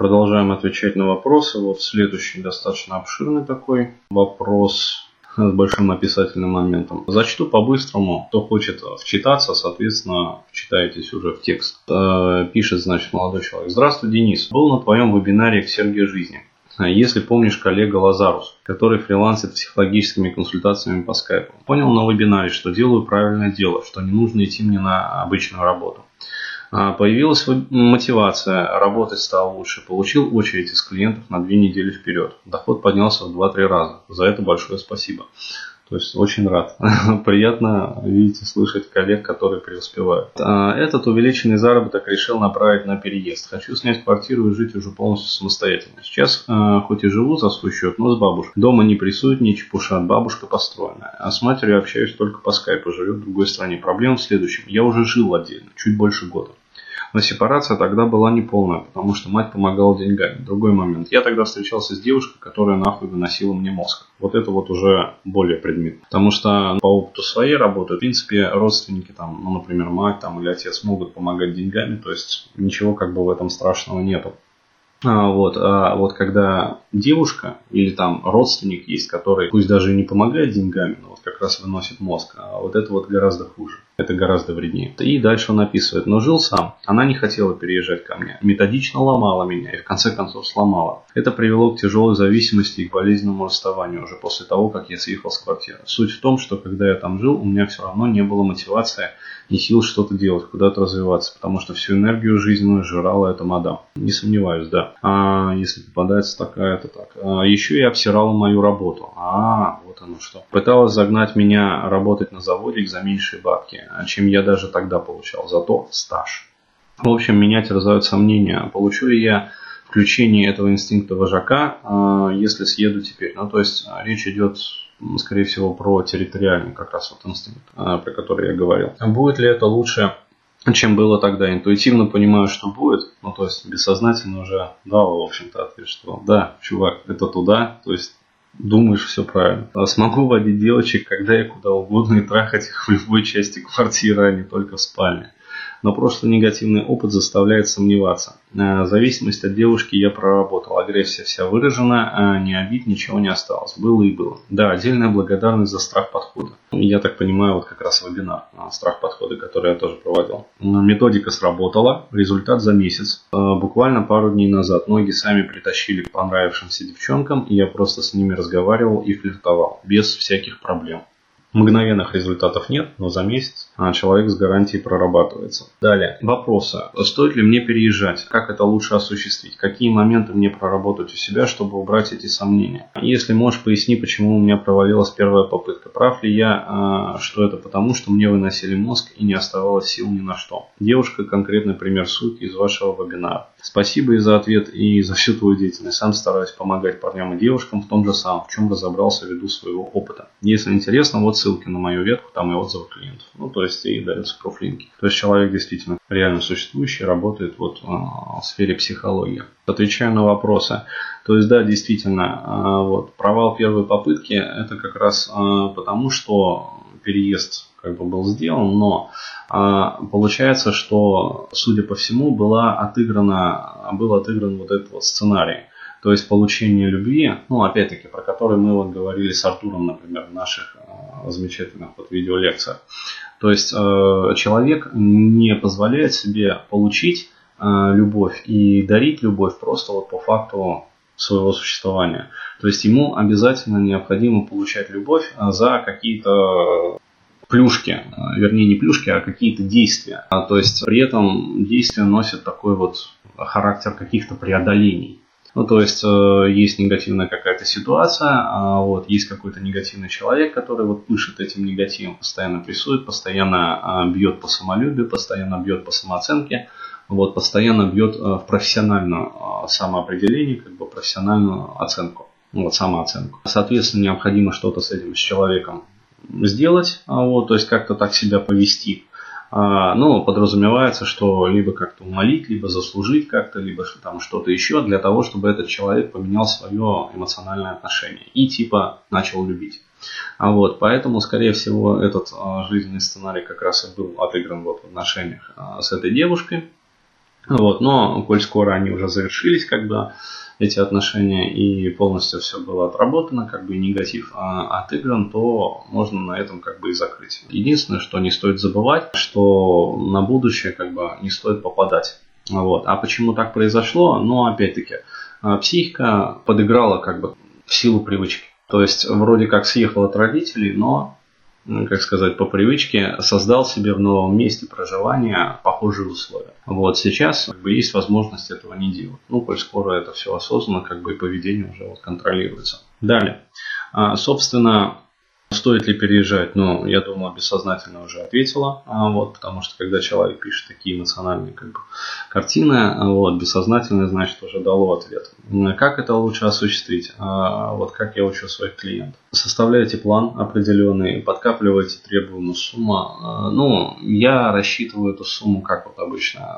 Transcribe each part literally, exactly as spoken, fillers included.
Продолжаем отвечать на вопросы. Вот следующий достаточно обширный такой вопрос с большим описательным моментом. Зачту по-быстрому. Кто хочет вчитаться, соответственно, вчитайтесь уже в текст. Пишет, значит, молодой человек. Здравствуй, Денис. Был на твоем вебинаре «Эксергия жизни». Если помнишь, коллега Лазарус, который фрилансит психологическими консультациями по скайпу. Понял на вебинаре, что делаю правильное дело, что не нужно идти мне на обычную работу. Появилась мотивация, работать стало лучше. Получил очередь из клиентов на две недели вперед. Доход поднялся в два-три раза. За это большое спасибо. То есть очень рад. Приятно, видите, слышать коллег, которые преуспевают. Этот увеличенный заработок решил направить на переезд. Хочу снять квартиру и жить уже полностью самостоятельно. Сейчас хоть и живу за свой счет, но с бабушкой. Дома не прессует, не чепушат, бабушка построенная. А с матерью общаюсь только по скайпу, живет в другой стране. Проблема в следующем. Я уже жил отдельно, чуть больше года. Но сепарация тогда была неполная, потому что мать помогала деньгами. Другой момент. Я тогда встречался с девушкой, которая нахуй выносила мне мозг. Вот это вот уже более предмет. Потому что по опыту своей работы, в принципе, родственники, там, ну, например, мать там, или отец могут помогать деньгами. То есть ничего как бы в этом страшного нету. А вот, а вот когда девушка или там родственник есть, который пусть даже и не помогает деньгами, но вот как раз выносит мозг, а вот это вот гораздо хуже. Это гораздо вреднее. И дальше он описывает. Но жил сам. Она не хотела переезжать ко мне. Методично ломала меня и в конце концов сломала. Это привело к тяжелой зависимости и к болезненному расставанию уже после того, как я съехал с квартиры. Суть в том, что когда я там жил, у меня все равно не было мотивации и сил что-то делать, куда-то развиваться. Потому что всю энергию жизненную жрала эта мадам. Не сомневаюсь, да. А если попадается такая, то так. А еще и обсирала мою работу. А, вот оно что. Пыталась загнать меня работать на заводе за меньшие бабки, чем я даже тогда получал, зато стаж. В общем, меня терзают сомнения, получу ли я включение этого инстинкта вожака, если съеду теперь. Ну, то есть, речь идет, скорее всего, про территориальный как раз вот инстинкт, про который я говорил. Будет ли это лучше, чем было тогда? Интуитивно понимаю, что будет, ну, то есть, бессознательно уже дал, в общем-то, ответ, что да, чувак, это туда, то есть, думаешь, все правильно. Смогу водить девочек, когда и куда угодно, и трахать их в любой части квартиры, а не только в спальне. Но прошлый негативный опыт заставляет сомневаться. Зависимость от девушки я проработал. Агрессия вся выражена, ни обид, ничего не осталось. Было и было. Да, отдельная благодарность за страх подхода. Я так понимаю, вот как раз вебинар «Страх подхода», который я тоже проводил. Методика сработала. Результат за месяц. Буквально пару дней назад ноги сами притащили к понравившимся девчонкам, и я просто с ними разговаривал и флиртовал. Без всяких проблем. Мгновенных результатов нет, но за месяц человек с гарантией прорабатывается. Далее. Вопросы. Стоит ли мне переезжать? Как это лучше осуществить? Какие моменты мне проработать у себя, чтобы убрать эти сомнения? Если можешь, поясни, почему у меня провалилась первая попытка. Прав ли я, что это потому, что мне выносили мозг и не оставалось сил ни на что? Девушка, конкретный пример ссылки из вашего вебинара. Спасибо и за ответ, и за всю твою деятельность. Сам стараюсь помогать парням и девушкам в том же самом, в чем разобрался ввиду своего опыта. Если интересно, вот ссылки на мою ветку, там и отзывы клиентов. Ну, то есть, и даются профлинки. То есть, человек действительно реально существующий, работает вот в сфере психологии. Отвечаю на вопросы. То есть, да, действительно, вот провал первой попытки, это как раз потому, что переезд как бы был сделан, но а, получается, что, судя по всему, была отыграна, был отыгран вот этот вот сценарий. То есть получение любви, ну, опять-таки, про который мы вот говорили с Артуром, например, в наших а, замечательных вот видеолекциях. То есть а, человек не позволяет себе получить а, любовь и дарить любовь просто вот по факту своего существования. То есть ему обязательно необходимо получать любовь за какие-то плюшки, вернее не плюшки, а какие-то действия. То есть при этом действия носят такой вот характер каких-то преодолений. Ну, то есть есть негативная какая-то ситуация, вот, есть какой-то негативный человек, который вот пышет этим негативом, постоянно прессует, постоянно бьет по самолюбию, постоянно бьет по самооценке, вот, постоянно бьет в профессиональное самоопределение, как бы профессиональную оценку, вот, самооценку. Соответственно, необходимо что-то с этим с человеком сделать, вот, то есть как-то так себя повести. Но подразумевается, что либо как-то умолить, либо заслужить как-то, либо там что-то еще для того, чтобы этот человек поменял свое эмоциональное отношение и типа начал любить. А вот, поэтому, скорее всего, этот жизненный сценарий как раз и был отыгран вот в отношениях с этой девушкой. Вот, но коль скоро они уже завершились, как бы эти отношения, и полностью все было отработано, как бы негатив а, отыгран, то можно на этом как бы и закрыть. Единственное, что не стоит забывать, что на будущее как бы не стоит попадать. Вот. А почему так произошло? Ну, опять-таки, психика подыграла как бы в силу привычки. То есть, вроде как съехал от родителей, но, как сказать, по привычке создал себе в новом месте проживания похожие условия. Вот сейчас как бы есть возможность этого не делать. Ну, коль скоро это все осознанно, как бы и поведение уже вот контролируется. Далее. А, собственно, стоит ли переезжать? Ну, я думаю, бессознательно уже ответила. А, вот, потому что когда человек пишет такие эмоциональные как бы, картины, вот, бессознательно, значит, уже дало ответ. Как это лучше осуществить? А, вот как я учу своих клиентов. Составляйте план определенный, подкапливайте требуемую сумму. А, ну, я рассчитываю эту сумму как вот обычно.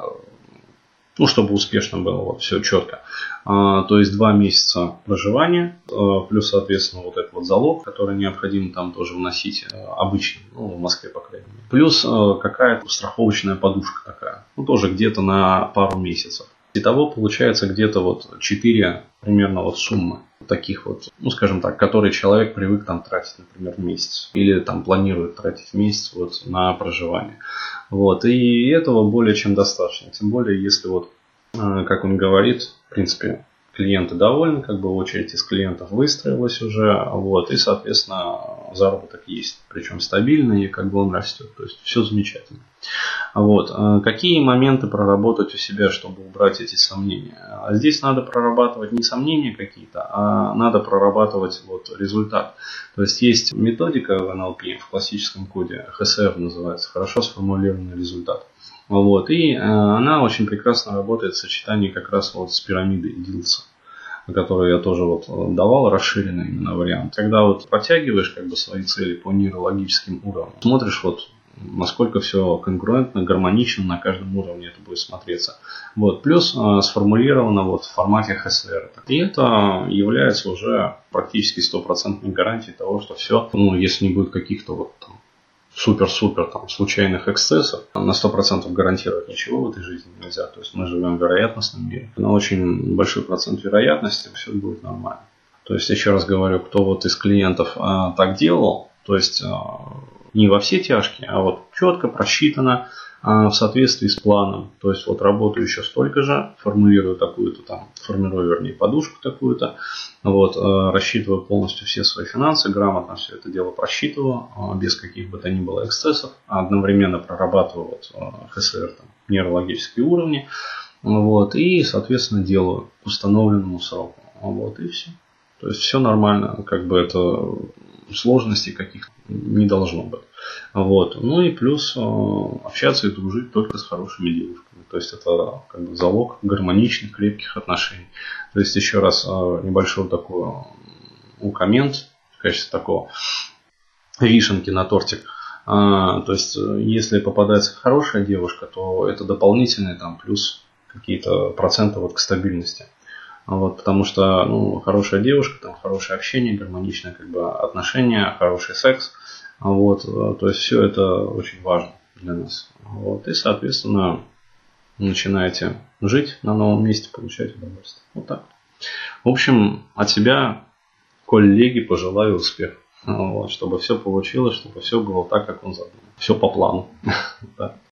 Ну, чтобы успешно было вот, все четко. А, то есть два месяца проживания, а, плюс, соответственно, вот этот вот залог, который необходимо там тоже вносить а, обычно, ну, в Москве, по крайней мере. Плюс а, какая-то страховочная подушка такая, ну, тоже где-то на пару месяцев. Итого получается где-то вот четыре примерно вот суммы таких вот, ну, скажем так, которые человек привык там тратить, например, в месяц. Или там планирует тратить в месяц вот на проживание. Вот. И этого более чем достаточно. Тем более, если вот, как он говорит, в принципе, клиенты довольны, как бы очередь из клиентов выстроилась уже, вот, и, соответственно, заработок есть, причем стабильный, и как бы он растет, то есть все замечательно. Вот. Какие моменты проработать у себя, чтобы убрать эти сомнения? Здесь надо прорабатывать не сомнения какие-то, а надо прорабатывать вот результат. То есть есть методика в эн эл пи, в классическом коде, эйч эс эр называется, хорошо сформулированный результат. Вот. И э, она очень прекрасно работает в сочетании как раз вот с пирамидой Дилса, которую я тоже вот давал, расширенный именно вариант. Когда вот подтягиваешь как бы свои цели по нейрологическим уровням, смотришь вот насколько все конгруентно, гармонично на каждом уровне это будет смотреться. Вот. Плюс э, сформулировано вот в формате эйч эс эр. И это является уже практически стопроцентной гарантией того, что все, ну, если не будет каких-то вот там супер-супер там случайных эксцессов, на сто процентов гарантировать ничего в этой жизни нельзя. То есть мы живем в вероятностном мире. На очень большой процент вероятности все будет нормально. То есть, еще раз говорю, кто вот из клиентов а, так делал, то есть а, не во все тяжкие, а вот четко просчитано а, в соответствии с планом. То есть вот работаю еще столько же, формулирую такую-то там, формирую, вернее, подушку такую-то, вот, а, рассчитываю полностью все свои финансы, грамотно все это дело просчитываю, а, без каких бы то ни было эксцессов, одновременно прорабатываю вот, эйч эс эр, там, нейрологические уровни, вот, и, соответственно, делаю к установленному сроку. Вот, и все. То есть все нормально, как бы это сложностей каких не должно быть. Вот. Ну и плюс общаться и дружить только с хорошими девушками. То есть это как бы залог гармоничных, крепких отношений. То есть еще раз небольшой такой коммент в качестве такого вишенки на тортик. То есть если попадается хорошая девушка, то это дополнительный там плюс какие-то проценты вот к стабильности. Вот, потому что ну, хорошая девушка, там, хорошее общение, гармоничное как бы, отношения, хороший секс. Вот, то есть все это очень важно для нас. Вот, и, соответственно, начинаете жить на новом месте, получать удовольствие. Вот так. В общем, от себя, коллеги, пожелаю успеха. Вот, чтобы все получилось, чтобы все было так, как он задумал. Все по плану.